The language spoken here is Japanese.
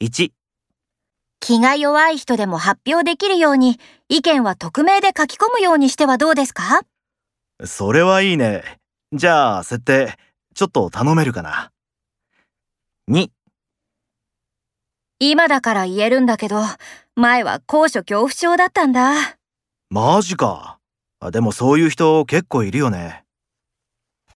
1、 気が弱い人でも発表できるように、意見は匿名で書き込むようにしてはどうですか？ それはいいね。じゃあ、設定、ちょっと頼めるかな。2、 今だから言えるんだけど、前は高所恐怖症だったんだ。 マジか。でもそういう人結構いるよね。